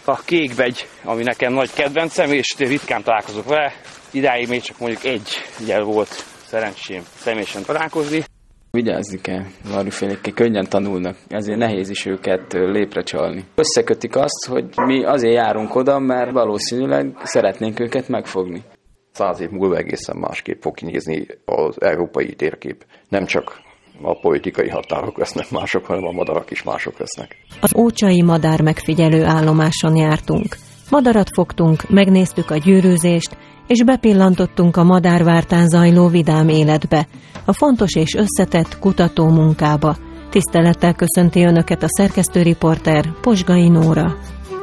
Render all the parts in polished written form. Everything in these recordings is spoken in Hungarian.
A kékbegy, ami nekem nagy kedvencem, és ritkán találkozok vele. Idáig még csak mondjuk egy gyel volt szerencsém személyesen találkozni. Vigyázni kell, varjúfélékkel könnyen tanulnak, ezért nehéz is őket lépre csalni. Összekötik azt, hogy mi azért járunk oda, mert valószínűleg szeretnénk őket megfogni. 100 év múlva egészen másképp fog kinézni az európai térkép. Nem csak a politikai határok lesznek mások, hanem a madarak is mások lesznek. Az ócsai madár megfigyelő állomáson jártunk. Madarat fogtunk, megnéztük a gyűrűzést, és bepillantottunk a madárvártán zajló vidám életbe, a fontos és összetett kutató munkába. Tisztelettel köszönti Önöket a szerkesztőriporter Posgai Nóra.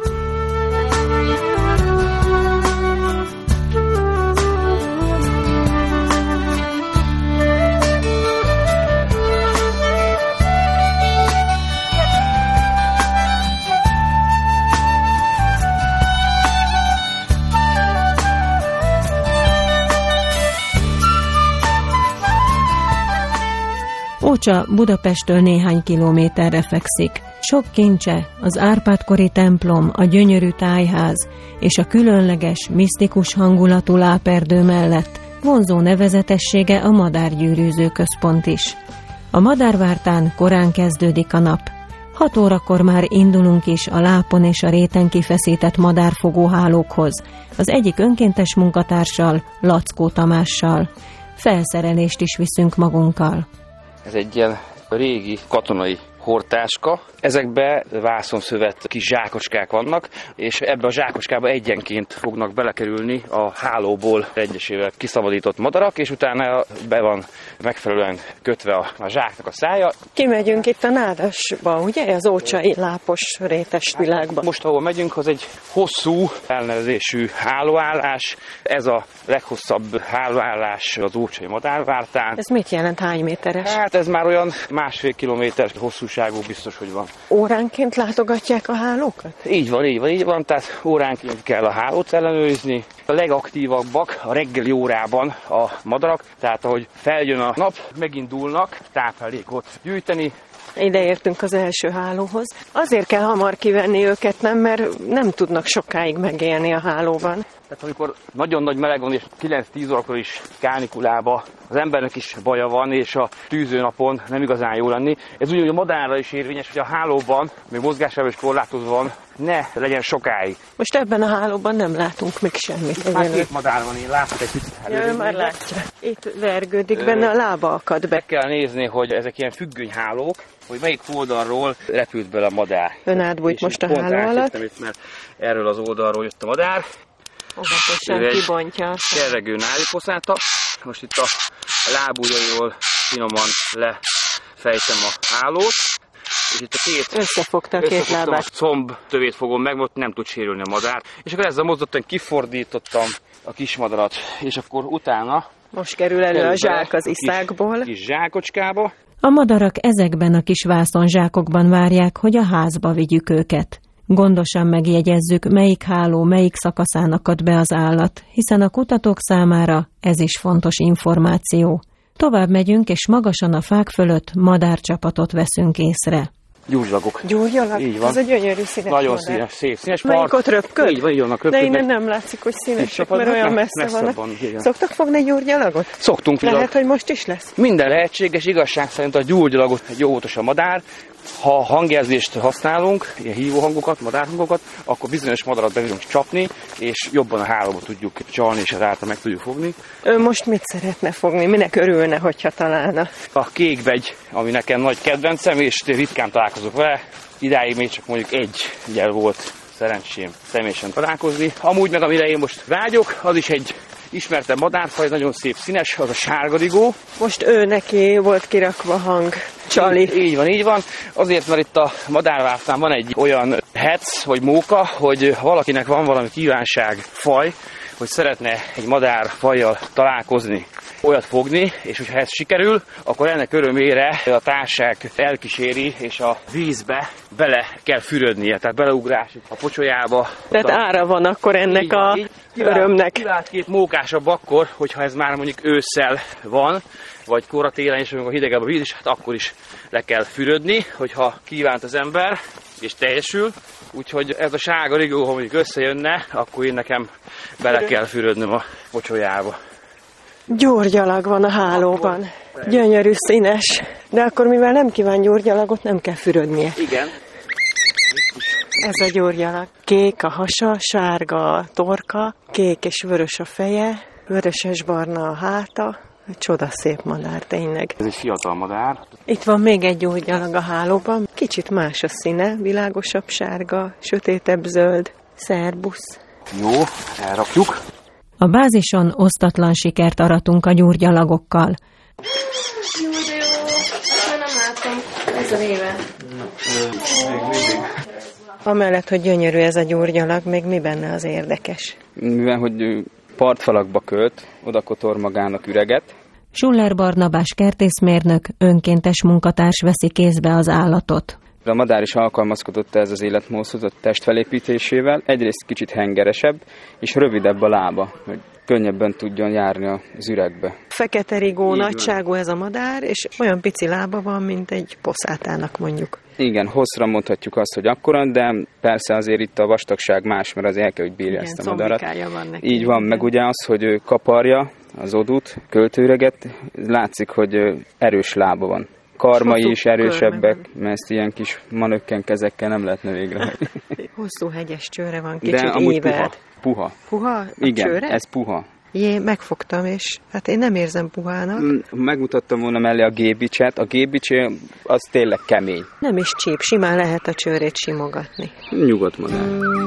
Ócsa Budapesttől néhány kilométerre fekszik. Sok kincse, az Árpád-kori templom, a gyönyörű tájház és a különleges, misztikus hangulatú láperdő mellett vonzó nevezetessége a madárgyűrűző központ is. A madárvártán korán kezdődik a nap. 6 órakor már indulunk is a lápon és a réten kifeszített madárfogóhálókhoz, az egyik önkéntes munkatársal, Lackó Tamással. Felszerelést is viszünk magunkkal. Ez egy ilyen régi katonai hordtáska. Ezekbe vászonszövet kis zsákocskák vannak, és ebbe a zsákocskába egyenként fognak belekerülni a hálóból egyesével kiszabadított madarak, és utána be van megfelelően kötve a zsáknak a szája. Kimegyünk itt a Nádasba, ugye? Az ócsai lápos rétes világba. Most, ahol megyünk, az egy hosszú elnevezésű hálóállás. Ez a leghosszabb hálóállás az ócsai madárvártán. Ez mit jelent, hány méteres? Hát ez már olyan 1,5 kilométer hosszúságú biztos, hogy van. Óránként látogatják a hálókat? Így van, tehát óránként kell a hálót ellenőrizni. A legaktívabbak a reggeli órában a madarak, tehát ahogy feljön a nap, megindulnak táplálékot gyűjteni. Ide értünk az első hálóhoz. Azért kell hamar kivenni őket, nem, mert nem tudnak sokáig megélni a hálóban. Tehát amikor nagyon nagy meleg van, és 9-10 órakor is kánikulában az embernek is baja van, és a tűzőnapon nem igazán jó lenni. Ez úgy, hogy a madárra is érvényes, hogy a hálóban, még mozgásában is korlátozva van, ne legyen sokáig. Most ebben a hálóban nem látunk még semmit. Már 2 madár van, én látok egy picit. Ja, már látja. Itt vergődik benne, a lába akad be. Meg kell nézni, hogy ezek ilyen függönyhálók, hogy melyik oldalról repült bele a madár. Ön átbújt most a háló alatt. Mert erről az oldalról jött a madár. Óvatosan kibontja. Kerregő náliposzáta. Most itt a lábujjairól finoman lefejtem a hálót. És itt a összefogta a két lábát. A comb tövét fogom meg, mert nem tud sérülni a madár. És akkor ezzel mozdottan kifordítottam a kismadarat. És akkor utána... Most kerül elő a zsák az iszákból. Kis zsákocskába. A madarak ezekben a kis vászonzsákokban várják, hogy a házba vigyük őket. Gondosan megjegyezzük, melyik háló, melyik szakaszán akad be az állat, hiszen a kutatók számára ez is fontos információ. Tovább megyünk, és magasan a fák fölött madárcsapatot veszünk észre. Gyúrgyalagok. Gyúrgyalag? Így van. Ez egy gyönyörű színes nagyon madár. Színes, szép színes part. Melyik ott röpköd? Így van, de innen nem látszik, hogy színesek, mert olyan messze van. Szoktak fogni gyúrgyalagot? Szoktunk. Lehet, hogy most is lesz? Minden lehetséges, igazság szerint a gyúrgyalagot egy jó óvatos a madár. Ha hangjelzést használunk, ilyen hívóhangokat, madárhangokat, akkor bizonyos madarat be tudunk csapni, és jobban a hálóba tudjuk csalni, és ezáltal meg tudjuk fogni. Ön most mit szeretne fogni? Minek örülne, hogyha találna? A kékbegy, ami nekem nagy kedvencem, és ritkán találkozok vele. Idáig még csak mondjuk egy gyel volt szerencsém személyesen találkozni. Amúgy meg amire én most vágyok, az is egy ismertebb madárfaj, nagyon szép színes, az a sárgadigó. Most ő neki volt kirakva hang, Csali. Így van. Azért, mert itt a madárvártán van egy olyan hec, vagy móka, hogy valakinek van valami kívánság faj, hogy szeretne egy madárfajjal találkozni, olyat fogni, és hogyha ez sikerül, akkor ennek örömére a társág elkíséri, és a vízbe bele kell fürödnie, tehát beleugrás a pocsolyába. Tehát ára van akkor ennek örömnek. Kivált két mókásabb akkor, hogyha ez már mondjuk ősszel van, vagy kora télen is, amikor hidegebb a víz, és hát akkor is le kell fürödni, hogyha kívánt az ember, és teljesül. Úgyhogy ez a sárga rigó, ha mondjuk összejönne, akkor én nekem bele kell fürödnöm a pocsolyába. Gyógyalag van a hálóban. Gyönyörű, színes. De akkor mivel nem kíván gyógyalagot, nem kell fürödnie. Igen. Ez a gyógyalag. Kék a hasa, sárga a torka, kék és vörös a feje, vöröses-barna a háta. Csodaszép madár, tényleg. Ez egy fiatal madár. Itt van még egy gyógyalag a hálóban. Kicsit más a színe, világosabb sárga, sötétebb zöld. Szerbusz. Jó, elrakjuk. A bázison osztatlan sikert aratunk a gyurgyalagokkal. Jó, nem látom. Ez a néve. Amellett, hogy gyönyörű ez a gyurgyalag, még mi benne az érdekes? Mivel, hogy partfalakba költ, oda kotor magának üreget. Schuller Barnabás kertészmérnök, önkéntes munkatárs veszi kézbe az állatot. A madár is alkalmazkodott ez az életmódhoz a testfelépítésével. Egyrészt kicsit hengeresebb, és rövidebb a lába, hogy könnyebben tudjon járni az üregbe. Fekete rigó nagyságú ez a madár, és olyan pici lába van, mint egy poszátának mondjuk. Igen, hosszra mondhatjuk azt, hogy akkora, de persze azért itt a vastagság más, mert azért el kell, hogy bírja ezt a madarat. Van neki. Így van, meg ugye az, hogy ő kaparja az odút, költőreget, látszik, hogy erős lába van. Karmai is erősebbek, mert ezt ilyen kis manökken kezekkel nem lehetne végrehajtani. Hosszú hegyes csőre van, kicsit de amúgy éved. Puha. Puha a igen, csőre? Ez puha. Jé, megfogtam, és hát én nem érzem puhának. Megmutattam volna mellé a gébicset. A gébicsé az tényleg kemény. Nem is csíp, simán lehet a csőrét simogatni. Nyugodt madár.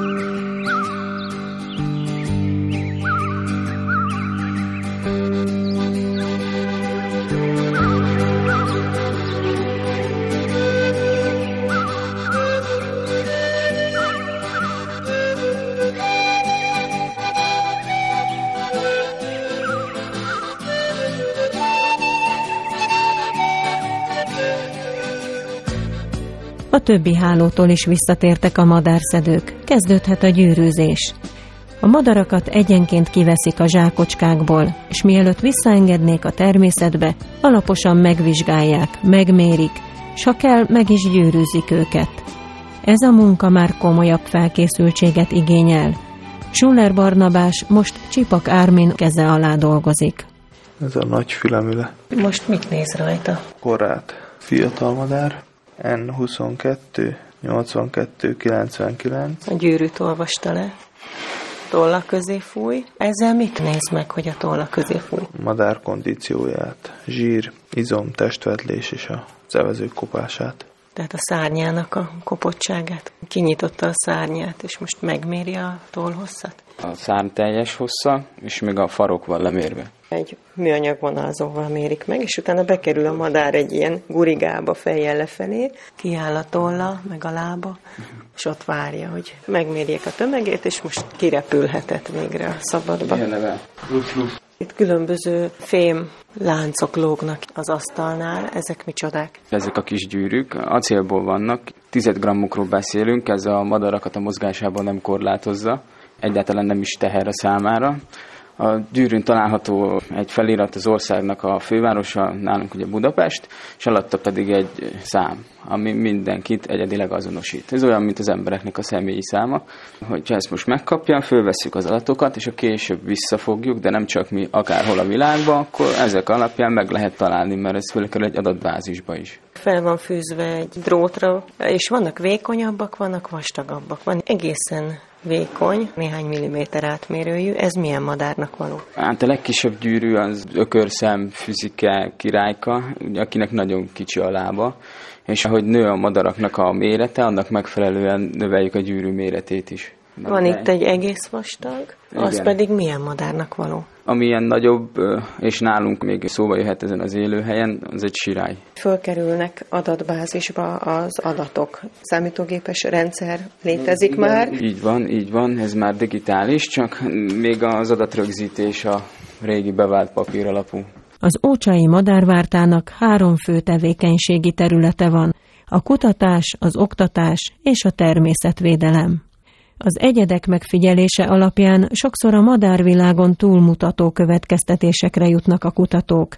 A többi hálótól is visszatértek a madárszedők. Kezdődhet a gyűrűzés. A madarakat egyenként kiveszik a zsákocskákból, és mielőtt visszaengednék a természetbe, alaposan megvizsgálják, megmérik, s ha kell, meg is gyűrűzik őket. Ez a munka már komolyabb felkészültséget igényel. Schuller Barnabás most Csipak Ármin keze alá dolgozik. Ez a nagy fülemüle. Most mit néz rajta? Korát. Fiatal madár. N22, 82, 99. A gyűrűt olvasta le. Tolla közé fúj. Ezzel mit néz meg, hogy a tolla közé fúj? Madár kondícióját, zsír, izom, testvedlés és az evezők kopását. Tehát a szárnyának a kopottságát. Kinyitotta a szárnyát, és most megméri a tollhosszat? A szárny teljes hossza, és még a farok van lemérve. Egy műanyag vonalzóval mérik meg, és utána bekerül a madár egy ilyen gurigába fejjel lefelé, kiáll a tolla, meg a lába, és ott várja, hogy megmérjék a tömegét, és most kirepülhetett végre a szabadba. Itt különböző fém láncok lógnak az asztalnál, ezek micsodák? Ezek a kis gyűrűk acélból vannak, 10 grammokról beszélünk, ez a madarakat a mozgásában nem korlátozza, egyáltalán nem is teher a számára. A gyűrűn található egy felirat az országnak a fővárosa, nálunk ugye Budapest, és alatta pedig egy szám, ami mindenkit egyedileg azonosít. Ez olyan, mint az embereknek a személyi száma, hogyha ezt most megkapja, fölvesszük az adatokat, és a később visszafogjuk, de nem csak mi, akárhol a világban, akkor ezek alapján meg lehet találni, mert ez fölkerül egy adatbázisba is. Fel van fűzve egy drótra, és vannak vékonyabbak, vannak vastagabbak. Van egészen vékony, néhány milliméter átmérőjű. Ez milyen madárnak való? Hát a legkisebb gyűrű az ökörszem, fűzike, királyka, akinek nagyon kicsi a lába, és ahogy nő a madaraknak a mérete, annak megfelelően növeljük a gyűrű méretét is. Van itt egy egész vastag, az igen. Pedig milyen madárnak való? Ami ilyen nagyobb, és nálunk még szóba jöhet ezen az élőhelyen, az egy sirály. Fölkerülnek adatbázisba az adatok. Számítógépes rendszer létezik igen, már? Így van, ez már digitális, csak még az adatrögzítés a régi bevált papír alapú. Az ócsai madárvártának 3 fő tevékenységi területe van: a kutatás, az oktatás és a természetvédelem. Az egyedek megfigyelése alapján sokszor a madárvilágon túlmutató következtetésekre jutnak a kutatók,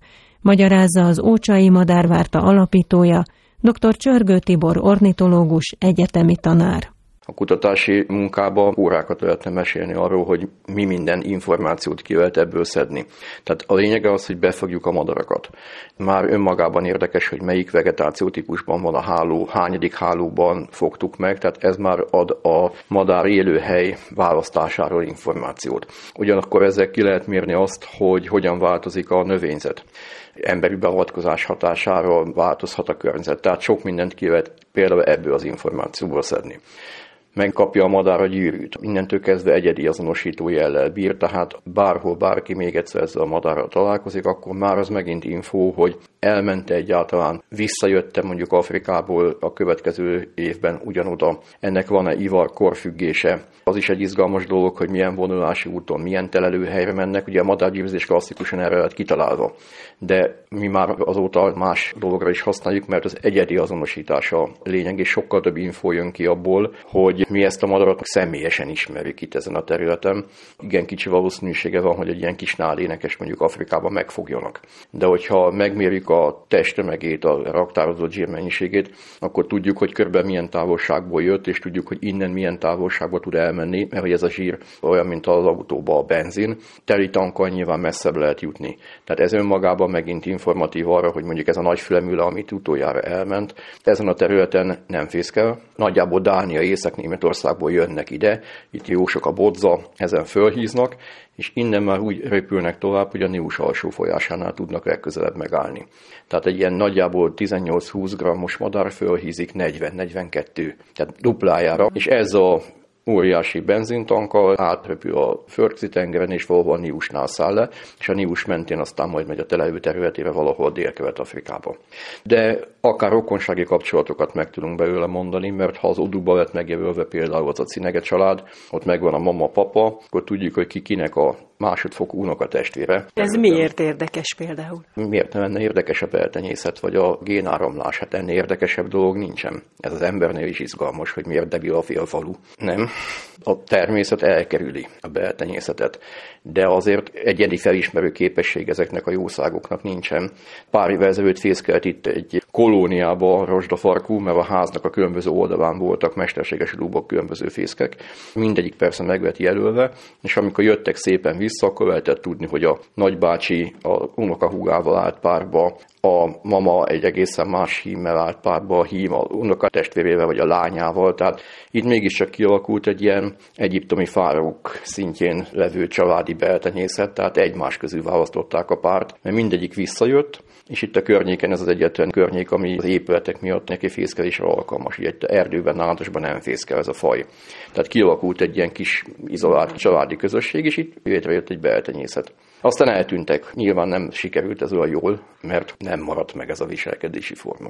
magyarázza az Ócsai Madárvárta alapítója, dr. Csörgő Tibor ornitológus, egyetemi tanár. A kutatási munkában órákat lehetne mesélni arról, hogy mi minden információt ki lehet ebből szedni. Tehát a lényege az, hogy befogjuk a madarakat. Már önmagában érdekes, hogy melyik vegetációtípusban van a háló, hányadik hálóban fogtuk meg, tehát ez már ad a madár élőhely választásáról információt. Ugyanakkor ezzel ki lehet mérni azt, hogy hogyan változik a növényzet. Emberi beavatkozás hatására változhat a környezet. Tehát sok mindent ki lehet például ebből az információból szedni. Megkapja a madár a gyűrűt. Innentől kezdve egyedi azonosító jellel bír, tehát bárhol bárki még egyszer ezzel a madárral találkozik, akkor már az megint infó, hogy elmente egyáltalán, visszajötte mondjuk Afrikából a következő évben ugyanoda. Ennek van-e ivar korfüggése? Az is egy izgalmas dolog, hogy milyen vonulási úton, milyen telelőhelyre mennek. Ugye a madárgyűrűzés klasszikusan erre lett kitalálva. De mi már azóta más dologra is használjuk, mert az egyedi azonosítása lényeg, és sokkal több infó jön ki abból, hogy mi ezt a madarat személyesen ismerjük itt ezen a területen. Igen kicsi valószínűsége van, hogy egy ilyen kis nálénekes mondjuk Afrikában megfogjanak. De hogyha megmérjük a testtömegét, a raktározott zsírmennyiségét, akkor tudjuk, hogy körülbelül milyen távolságból jött, és tudjuk, hogy innen milyen távolságba tud elmenni, mert hogy ez a zsír olyan, mint az autóban a benzin, teli tankkal nyilván messzebb lehet jutni. Tehát ez önmagában megint informatív arra, hogy mondjuk ez a nagy fülemüle, amit utoljára elment, ezen a területen nem fészkel. Nagyjából Dánia, Észak-Németországból jönnek ide, itt jó sok a bodza, ezen fölhíznak, és innen már úgy repülnek tovább, hogy a Neus alsó folyásánál tudnak legközelebb megállni. Tehát egy ilyen nagyjából 18-20 grammos madár fölhízik 40-42, tehát duplájára, és ez a óriási benzintankkal átrepül a Földközi tengeren, és valahol a Neusnál száll le, és a Neus mentén aztán majd megy a telelő területére valahol Dél-Kelet-Afrikába. De akár rokonsági kapcsolatokat meg tudunk belőle mondani, mert ha az Oduba lett megjelölve például az a Cinege család, ott megvan a mama-papa, akkor tudjuk, hogy ki kinek a másodfokú unokatestvére. Ez miért érdekes például? Miért nem lenne érdekesebb eltenyészet, vagy a génáramlás? Hát ennél érdekesebb dolog nincsen. Ez az embernél is izgalmas, hogy miért debil a félfalu. Nem. A természet elkerüli a beltenyészetet, de azért egyedi felismerő képesség ezeknek a jószágoknak nincsen. Pár évvel ezelőtt fészkelt itt egy kolóniába rozsdafarkú, mert a háznak a különböző oldalán voltak mesterséges lúbok, különböző fészkek. Mindegyik persze meg lett jelölve, és amikor jöttek szépen vissza, akkor lehetett tudni, hogy a nagybácsi a unokahúgával állt párba, a mama egy egészen más hímmel állt párba, a hím a unokatestvérével vagy a lányával, tehát itt mégiscsak kialakult egy ilyen egyiptomi fáraók szintjén levő családi beltenyészet, tehát egymás közül választották a párt, mert mindegyik visszajött, és itt a környéken ez az egyetlen környék, ami az épületek miatt neki fészkelésre alkalmas. Ugye egy erdőben, nádasban nem fészkel ez a faj. Tehát kialakult egy ilyen kis izolált családi közösség, és itt létrejött egy beltenyészet. Aztán eltűntek. Nyilván nem sikerült ez olyan jól, mert nem maradt meg ez a viselkedési forma.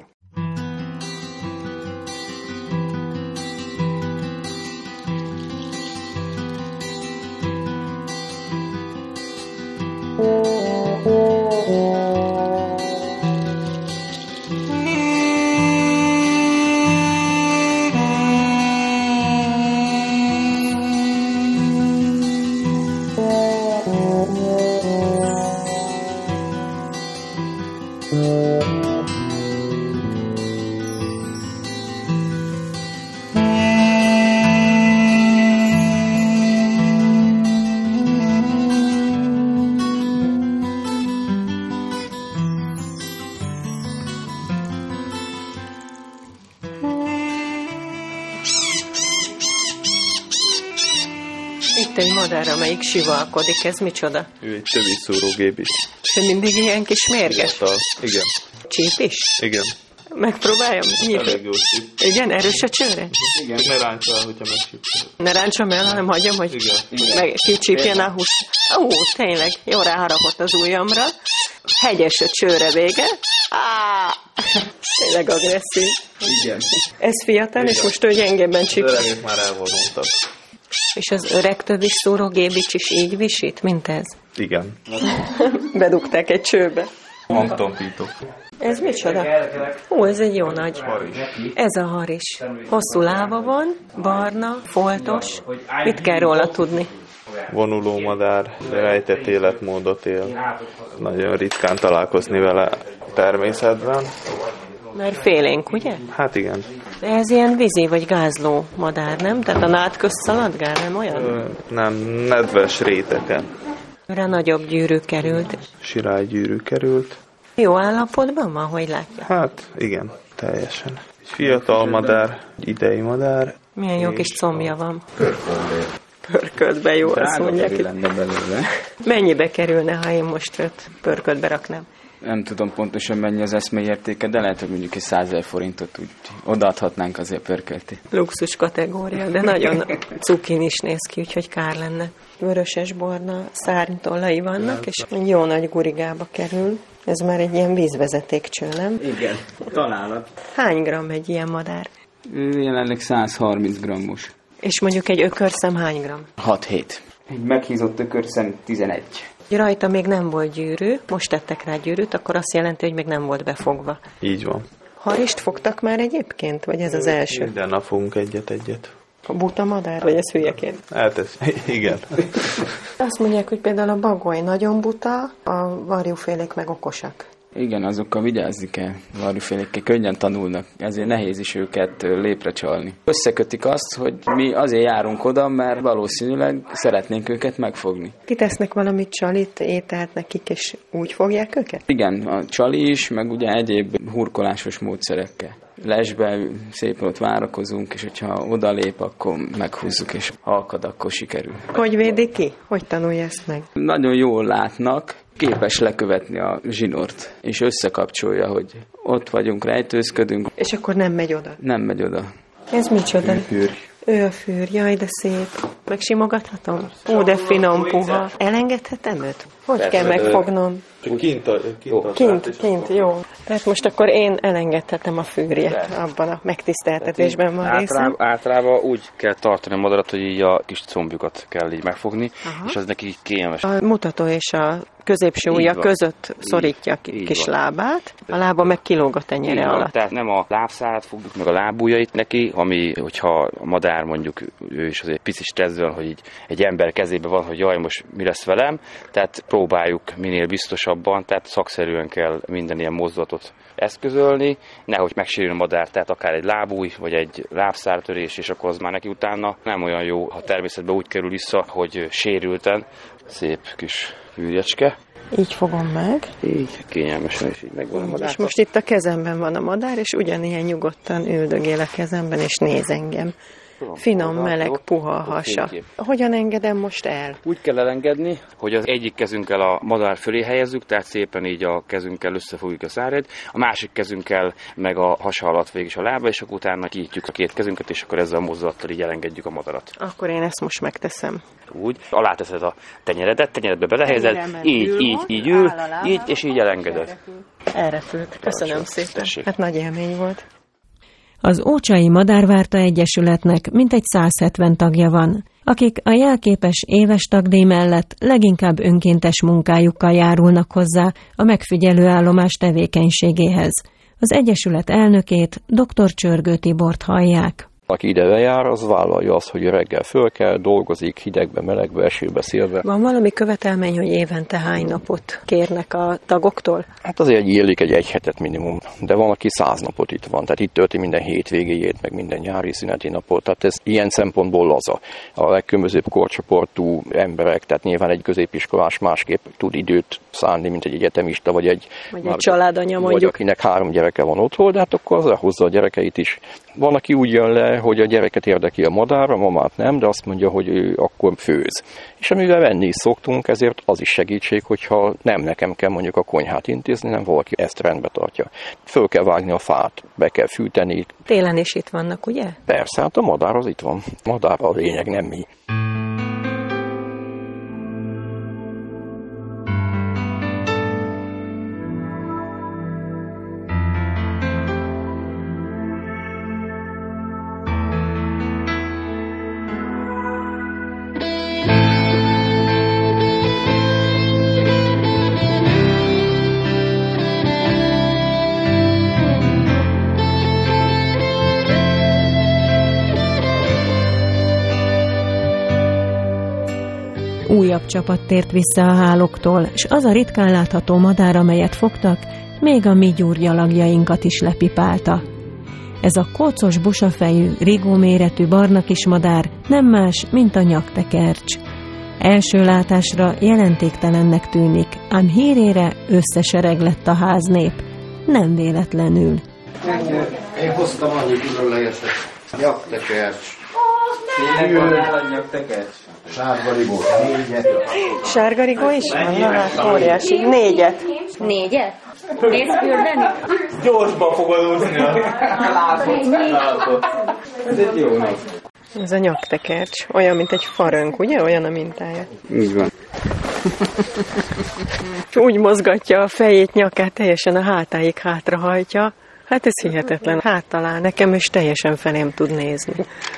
Itt egy madár, amelyik sivalkodik, ez micsoda? Ő egy töviszúrógép is. De mindig ilyen kis mérges? Igen. Csíp is? Igen. Megpróbáljam? Elég jó csíp. Igen, erős a csőre? Igen, ne ráncsa el, hogyha megcsípsel. Ne ráncsam el, hanem hagyjam, hogy kicsípjen a hús. Ó, tényleg, jó ráharapott az ujjamra. Hegyes a csőre vége. Tényleg agresszív. Igen. Ez fiatal, és most ő gyengébben csíp. Öregek már elvonultak. És az öreg töviszúrógébics is így visít, mint ez? Igen. Bedugták egy csőbe. Hangtompítók. Ez micsoda? Ó, ez egy jó nagy. Ez a haris. Hosszú lába van, barna, foltos. Mit kell róla tudni? vonuló madár, rejtett életmódot él. Nagyon ritkán találkozni vele a természetben. Mert félénk, ugye? Hát igen. De ez ilyen vízi vagy gázló madár, nem? Tehát a nád közt szaladgál, nem olyan? Nem, nedves rétegen. Rá nagyobb gyűrű került. Sirálygyűrű került. Jó állapotban van, hogy látja? Hát igen, teljesen. Egy fiatal madár, egy idei madár. Milyen jó kis combja van. Pörköltbe jó, azt mondják. Mennyibe kerülne, ha én most őt pörköltbe raknám? Nem tudom pontosan mennyi az eszmélyértéke, de lehet, hogy mondjuk egy 100 000 forintot úgy odaadhatnánk azért pörkölti. Luxus kategória, de nagyon cukin is néz ki, úgyhogy kár lenne. Vöröses-barna szárnytollai vannak, és jó nagy gurigába kerül. Ez már egy ilyen vízvezetékcső, nem? Igen, találat. Hány gramm egy ilyen madár? Jelenleg 130 grammos. És mondjuk egy ökörszem hány gramm? 6-7. Egy meghízott ökörszem 11. Rajta még nem volt gyűrű, most tettek rá gyűrűt, akkor azt jelenti, hogy még nem volt befogva. Így van. Harist fogtak már egyébként, vagy ez az első? Minden nap fogunk egyet. A buta madár, vagy ez hülyeként? Eltesz. Igen. Azt mondják, hogy például a bagoly nagyon buta, a varjúfélék meg okosak. Igen, azokkal vigyázni kell. Varjúfélékkel könnyen tanulnak, ezért nehéz is őket lépre csalni. Összekötik azt, hogy mi azért járunk oda, mert valószínűleg szeretnénk őket megfogni. Kitesznek valamit csalit, ételt nekik, és úgy fogják őket? Igen, a csali is, meg ugye egyéb hurkolásos módszerekkel. Lesbe szépen ott várakozunk, és hogyha odalép, akkor meghúzzuk, és ha akad, akkor sikerül. Hogy védik ki? Hogy tanulja ezt meg? Nagyon jól látnak, képes lekövetni a zsinort, és összekapcsolja, hogy ott vagyunk, rejtőzködünk. És akkor nem megy oda? Nem megy oda. Ez micsoda? Fűrj. Ő a fűr, jaj, de szép. Megsimogathatom? Ó, de finom, puha. Elengedhetem őt? Hogy kell megfognom? Kint, jó. Tehát most akkor én elengedhetem a fűrjet abban a megtiszteltetésben van részem. Általában úgy kell tartani a madarat, hogy így a kis combjukat kell így megfogni, és az neki így kényelmes. A mutató és a középső ujja között szorítja a kis lábát, a lába meg kilóg a tenyere alatt. Tehát nem a lábszárát fogjuk meg a lábujjait neki, ami, hogyha a madár mondjuk, ő is azért pici stresszben, hogy így egy ember kezében van, hogy jaj, most mi lesz velem, tehát próbáljuk minél biztosabban, tehát szakszerűen kell minden ilyen mozdulatot eszközölni, nehogy megsérüljön a madár, tehát akár egy lábúj, vagy egy lábszártörés, és akkor az már neki utána nem olyan jó, ha természetben úgy kerül vissza, hogy sérülten. Szép kis fűrjecske. Így fogom meg. Így, kényelmesen, és így megvan a madár. És most itt a kezemben van a madár, és ugyanilyen nyugodtan üldögél a kezemben, és néz engem. Finom, meleg, puha a hasa. Hogyan engedem most el? Úgy kell elengedni, hogy az egyik kezünkkel a madár fölé helyezzük, tehát szépen így a kezünkkel összefogjuk a szárét, a másik kezünkkel meg a hasa alatt végig is a lába, és akkor utána kinyitjuk a két kezünket, és akkor ezzel a mozdulattal így elengedjük a madarat. Akkor én ezt most megteszem. Úgy, aláteszed a tenyeredbe belehelyezed, így ül, így, és így elengeded. Elrepült. Köszönöm szépen. Tessék. Hát nagy élmény volt. Az Ócsai Madárvárta Egyesületnek mintegy 170 tagja van, akik a jelképes éves tagdíj mellett leginkább önkéntes munkájukkal járulnak hozzá a megfigyelő állomás tevékenységéhez. Az Egyesület elnökét, dr. Csörgő Tibort hallják. Aki ide jár, az vállalja azt, hogy reggel föl kell, dolgozik, hidegbe, melegbe, esőbe, szélbe. Van valami követelmény, hogy évente hány napot kérnek a tagoktól? Hát azért illik egy hetet minimum, de van, aki 100 napot itt van, tehát itt tölti minden hétvégéjét, meg minden nyári szüneti napot, tehát ez ilyen szempontból laza. A legkülönbözőbb korcsoportú emberek, tehát nyilván egy középiskolás másképp tud időt szánni, mint egy egyetemista, vagy egy családanya mondjuk. Vagy akinek 3 gyereke van otthon, de hát akkor az elhozza a gyerekeit is. Van, aki úgy jön le, hogy a gyereket érdekli a madár, a mamát nem, de azt mondja, hogy ő akkor főz. És amivel venni is szoktunk, ezért az is segítség, hogyha nem nekem kell mondjuk a konyhát intézni, nem valaki ezt rendbe tartja. Föl kell vágni a fát, be kell fűteni. Télen is itt vannak, ugye? Persze, hát a madár az itt van. Madár a lényeg, nem mi. Újabb csapat tért vissza a háloktól, s az a ritkán látható madár, amelyet fogtak, még a mi gyúrgyalagjainkat is lepipálta. Ez a kócos busafejű, rigó méretű barna kismadár nem más, mint a nyaktekercs. Első látásra jelentéktelennek tűnik, ám hírére összesereg lett a háznép. Nem véletlenül. Én hoztam annyi különlegeset. Nyaktekercs. Tényleg van nála nyaktekercs? Sárgarigó, 4-et. Sárgarigó is van? Na hát, óriási. 4-et. 4-et? Nézd küldeni? Gyorsban fogod úszni a lábot. Ez egy jó nap. Ez a nyaktekercs. Olyan, mint egy farönk, ugye? Olyan a mintája. Így van. Úgy mozgatja a fejét, nyakát, teljesen a hátáig hátrahajtja. Hát ez hihetetlen. Háttalál nekem, és teljesen felém tud nézni.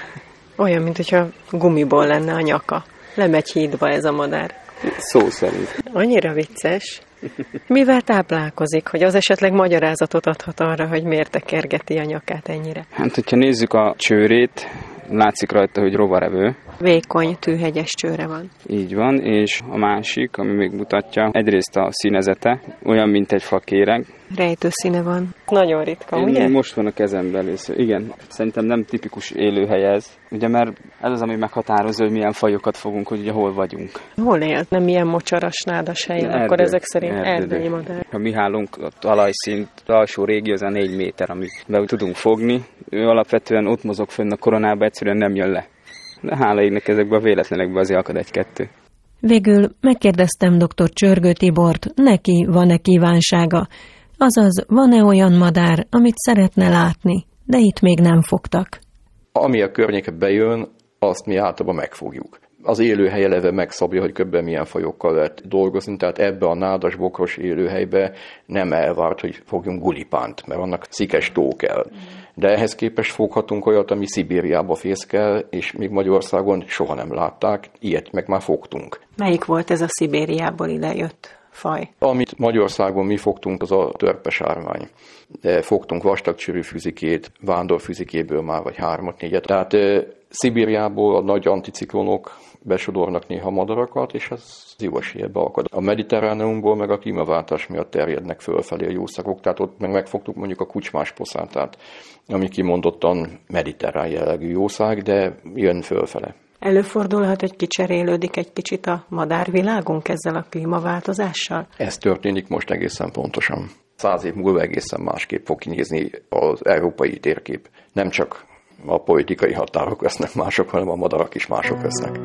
Olyan, mint hogyha gumiból lenne a nyaka. Lemegy hídba ez a madár. Szó szerint. Annyira vicces. Mivel táplálkozik, hogy az esetleg magyarázatot adhat arra, hogy miért tekergeti a nyakát ennyire? Hát, hogyha nézzük a csőrét, látszik rajta, hogy rovarevő. Vékony, tűhegyes csőre van. Így van, és a másik, ami még mutatja, egyrészt a színezete, olyan, mint egy fakéreg. Rejtőszíne van. Nagyon ritka, ugye? Most van a kezemben először. Igen, szerintem nem tipikus élőhely ez. Ugye, mert ez az, ami meghatározó, hogy milyen fajokat fogunk, hogy ugye hol vagyunk. Hol él? Nem ilyen mocsaras, nádas helyen, akkor ezek szerint erdélyi madár. A mi hálunk, a talajszint, az alsó régió az a 4 méter, amit be tudunk fogni. Ő alapvetően ott mozog fönn a koronába, egyszerűen nem jön le. De hála égnek ezekbe a véletlenekbe azért akad 1-2. Végül megkérdeztem dr. Csörgő Tibort, neki van-e kívánsága. Azaz, van-e olyan madár, amit szeretne látni, de itt még nem fogtak. Ami a környékre bejön, azt mi általában megfogjuk. Az élőhely eleve megszabja, hogy kb. Milyen fajokkal lehet dolgozni, tehát ebbe a nádas, bokros élőhelybe nem elvárt, hogy fogjunk gulipánt, mert annak szikes tó kell. De ehhez képest foghatunk olyat, ami Szibériába fészkel, és még Magyarországon soha nem látták, ilyet meg már fogtunk. Melyik volt ez a Szibériából idejött faj? Amit Magyarországon mi fogtunk, az a törpesárvány. De fogtunk vastagcsőrű füzikét, vándorfüzikéből már vagy 3-4-et. Tehát Szibériából a nagy anticiklonok besodornak néha madarakat, és az jó esélybe akad. A Mediterráneumból meg a klímaváltás miatt terjednek fölfelé a jószagok, tehát ott meg megfogtuk mondjuk a kucsmás poszátát, ami kimondottan mediterrán jellegű jószág, de jön fölfele. Előfordulhat, hogy kicserélődik egy kicsit a madárvilágunk ezzel a klímaváltozással? Ez történik most egészen pontosan. 100 év múlva egészen másképp fog kinézni az európai térkép. Nem csak a politikai határok lesznek mások, hanem a madarak is mások lesznek.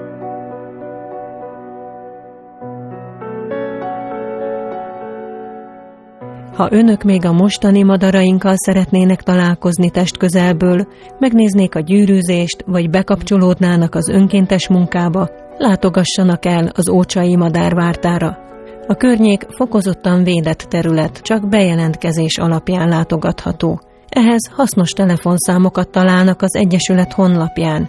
Ha önök még a mostani madarainkkal szeretnének találkozni testközelből, megnéznék a gyűrűzést, vagy bekapcsolódnának az önkéntes munkába, látogassanak el az Ócsai madárvártára. A környék fokozottan védett terület, csak bejelentkezés alapján látogatható. Ehhez hasznos telefonszámokat találnak az Egyesület honlapján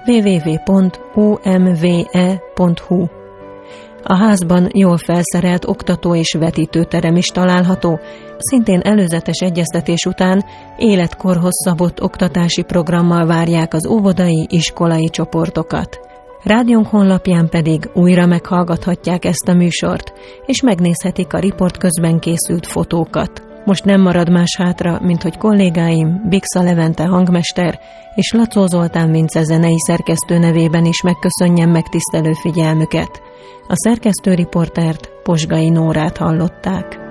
www.omve.hu. A házban jól felszerelt oktató és vetítőterem is található, szintén előzetes egyeztetés után életkorhoz szabott oktatási programmal várják az óvodai, iskolai csoportokat. Rádiónk honlapján pedig újra meghallgathatják ezt a műsort, és megnézhetik a riport közben készült fotókat. Most nem marad más hátra, mint hogy kollégáim Bixa Levente hangmester és Lacó Zoltán Vince zenei szerkesztő nevében is megköszönjem megtisztelő figyelmüket. A szerkesztőriportert, Posgai Nórát hallották.